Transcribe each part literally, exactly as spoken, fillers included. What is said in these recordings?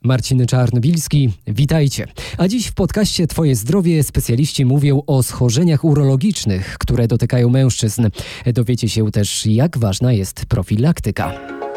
Marcin Czarnobilski, witajcie. A dziś w podcaście Twoje zdrowie specjaliści mówią o schorzeniach urologicznych, które dotykają mężczyzn. Dowiecie się też, jak ważna jest profilaktyka.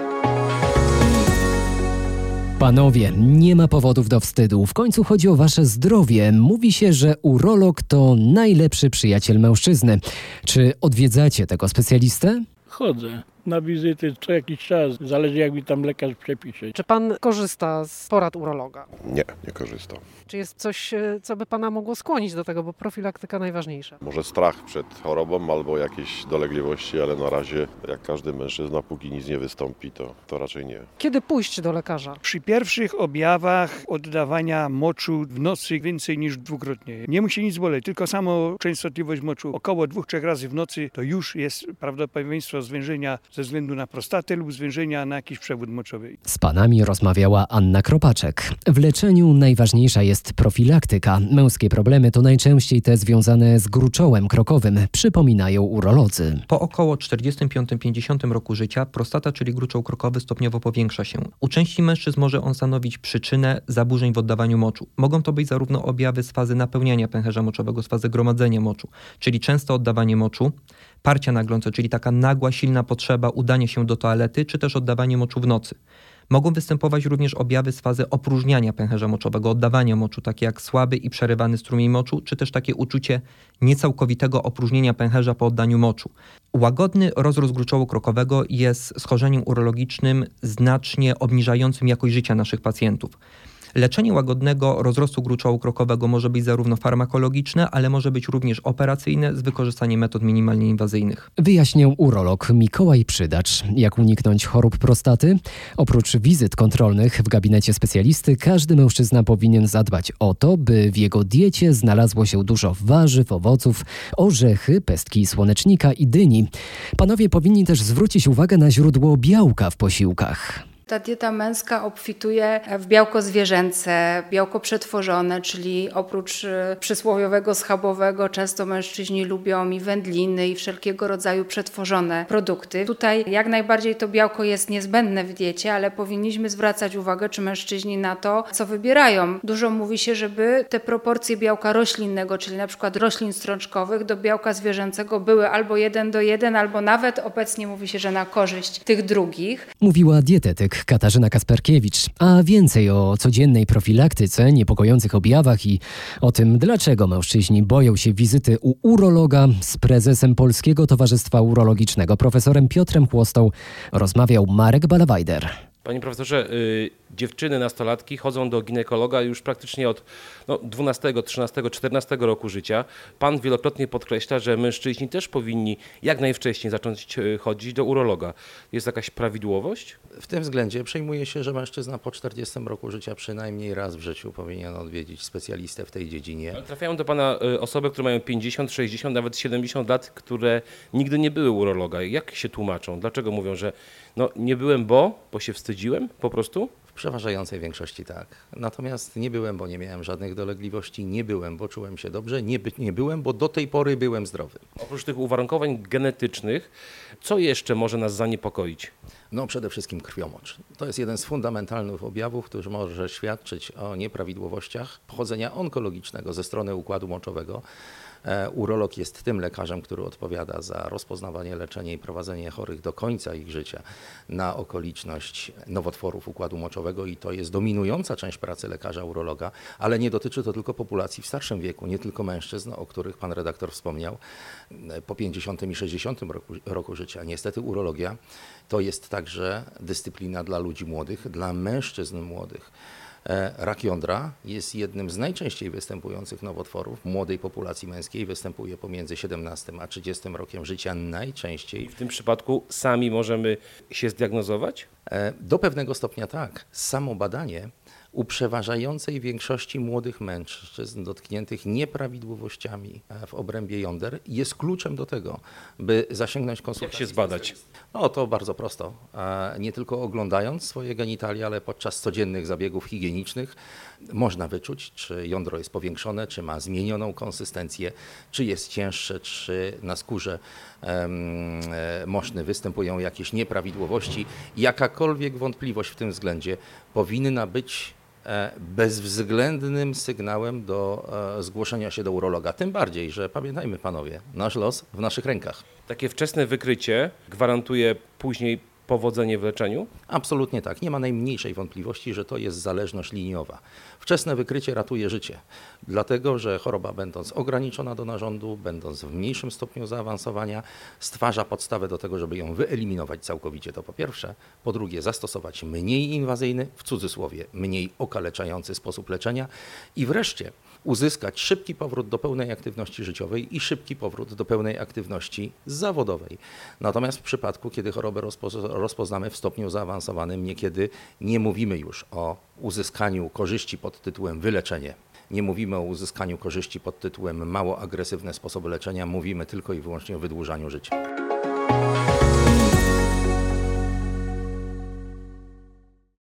Panowie, nie ma powodów do wstydu. W końcu chodzi o wasze zdrowie. Mówi się, że urolog to najlepszy przyjaciel mężczyzny. Czy odwiedzacie tego specjalistę? Chodzę na wizyty co jakiś czas, zależy jak mi tam lekarz przepisze. Czy pan korzysta z porad urologa? Nie, nie korzystam. Czy jest coś, co by pana mogło skłonić do tego, bo profilaktyka najważniejsza? Może strach przed chorobą albo jakieś dolegliwości, ale na razie jak każdy mężczyzna, póki nic nie wystąpi, to, to raczej nie. Kiedy pójść do lekarza? Przy pierwszych objawach oddawania moczu w nocy więcej niż dwukrotnie. Nie musi nic boleć, tylko samo częstotliwość moczu około dwóch, trzech razy w nocy to już jest prawdopodobieństwo zwężenia ze względu na prostatę lub zwężenia na jakiś przewód moczowy. Z panami rozmawiała Anna Kropaczek. W leczeniu najważniejsza jest profilaktyka. Męskie problemy to najczęściej te związane z gruczołem krokowym, przypominają urolodzy. Po około czterdziestym piątym do pięćdziesiątego roku życia prostata, czyli gruczoł krokowy, stopniowo powiększa się. U części mężczyzn może on stanowić przyczynę zaburzeń w oddawaniu moczu. Mogą to być zarówno objawy z fazy napełniania pęcherza moczowego, z fazy gromadzenia moczu, czyli częste oddawanie moczu, parcia naglące, czyli taka nagła, silna potrzeba udania się do toalety, czy też oddawanie moczu w nocy. Mogą występować również objawy z fazy opróżniania pęcherza moczowego, oddawania moczu, takie jak słaby i przerywany strumień moczu, czy też takie uczucie niecałkowitego opróżnienia pęcherza po oddaniu moczu. Łagodny rozrost gruczołu krokowego jest schorzeniem urologicznym znacznie obniżającym jakość życia naszych pacjentów. Leczenie łagodnego rozrostu gruczołu krokowego może być zarówno farmakologiczne, ale może być również operacyjne z wykorzystaniem metod minimalnie inwazyjnych. Wyjaśniał urolog Mikołaj Przydacz. Jak uniknąć chorób prostaty? Oprócz wizyt kontrolnych w gabinecie specjalisty, każdy mężczyzna powinien zadbać o to, by w jego diecie znalazło się dużo warzyw, owoców, orzechy, pestki słonecznika i dyni. Panowie powinni też zwrócić uwagę na źródło białka w posiłkach. Ta dieta męska obfituje w białko zwierzęce, białko przetworzone, czyli oprócz przysłowiowego schabowego często mężczyźni lubią i wędliny i wszelkiego rodzaju przetworzone produkty. Tutaj jak najbardziej to białko jest niezbędne w diecie, ale powinniśmy zwracać uwagę, czy mężczyźni na to, co wybierają. Dużo mówi się, żeby te proporcje białka roślinnego, czyli na przykład roślin strączkowych do białka zwierzęcego były albo jeden do jeden, albo nawet obecnie mówi się, że na korzyść tych drugich. Mówiła dietetyk Katarzyna Kasperkiewicz, a więcej o codziennej profilaktyce, niepokojących objawach i o tym, dlaczego mężczyźni boją się wizyty u urologa, z prezesem Polskiego Towarzystwa Urologicznego, profesorem Piotrem Chłostą, rozmawiał Marek Balawajder. Panie profesorze, y, dziewczyny, nastolatki chodzą do ginekologa już praktycznie od no, dwunastego, trzynastego, czternastego roku życia. Pan wielokrotnie podkreśla, że mężczyźni też powinni jak najwcześniej zacząć chodzić do urologa. Jest jakaś prawidłowość? W tym względzie przejmuje się, że mężczyzna po czterdziestym roku życia przynajmniej raz w życiu powinien odwiedzić specjalistę w tej dziedzinie. Ale trafiają do pana osoby, które mają pięćdziesiąt, sześćdziesiąt, nawet siedemdziesiąt lat, które nigdy nie były u urologa. Jak się tłumaczą? Dlaczego mówią, że no nie byłem, bo, bo się wstydziłem po prostu? W przeważającej większości tak. Natomiast nie byłem, bo nie miałem żadnych dolegliwości, nie byłem, bo czułem się dobrze, nie, by, nie byłem, bo do tej pory byłem zdrowy. Oprócz tych uwarunkowań genetycznych, co jeszcze może nas zaniepokoić? No przede wszystkim krwiomocz. To jest jeden z fundamentalnych objawów, który może świadczyć o nieprawidłowościach pochodzenia onkologicznego ze strony układu moczowego. Urolog jest tym lekarzem, który odpowiada za rozpoznawanie, leczenie i prowadzenie chorych do końca ich życia na okoliczność nowotworów układu moczowego i to jest dominująca część pracy lekarza urologa, ale nie dotyczy to tylko populacji w starszym wieku, nie tylko mężczyzn, o których pan redaktor wspomniał, po pięćdziesiątym i sześćdziesiątym roku, roku życia. Niestety urologia to jest także dyscyplina dla ludzi młodych, dla mężczyzn młodych. Rak jądra jest jednym z najczęściej występujących nowotworów młodej populacji męskiej. Występuje pomiędzy siedemnastym a trzydziestym rokiem życia najczęściej. I w tym przypadku sami możemy się zdiagnozować? Do pewnego stopnia tak. Samo badanie u przeważającej większości młodych mężczyzn dotkniętych nieprawidłowościami w obrębie jąder jest kluczem do tego, by zasięgnąć konsultacji. Jak się zbadać? No to bardzo prosto. Nie tylko oglądając swoje genitalia, ale podczas codziennych zabiegów higienicznych można wyczuć, czy jądro jest powiększone, czy ma zmienioną konsystencję, czy jest cięższe, czy na skórze um, moszny występują jakieś nieprawidłowości. Jakakolwiek wątpliwość w tym względzie powinna być bezwzględnym sygnałem do zgłoszenia się do urologa. Tym bardziej, że pamiętajmy panowie, nasz los w naszych rękach. Takie wczesne wykrycie gwarantuje później powodzenie w leczeniu? Absolutnie tak. Nie ma najmniejszej wątpliwości, że to jest zależność liniowa. Wczesne wykrycie ratuje życie, dlatego że choroba, będąc ograniczona do narządu, będąc w mniejszym stopniu zaawansowania, stwarza podstawę do tego, żeby ją wyeliminować całkowicie. To po pierwsze. Po drugie, zastosować mniej inwazyjny, w cudzysłowie mniej okaleczający sposób leczenia i wreszcie uzyskać szybki powrót do pełnej aktywności życiowej i szybki powrót do pełnej aktywności zawodowej. Natomiast w przypadku, kiedy chorobę rozpo- rozpoznamy w stopniu zaawansowanym, niekiedy nie mówimy już o uzyskaniu korzyści pod tytułem wyleczenie. Nie mówimy o uzyskaniu korzyści pod tytułem mało agresywne sposoby leczenia, mówimy tylko i wyłącznie o wydłużaniu życia.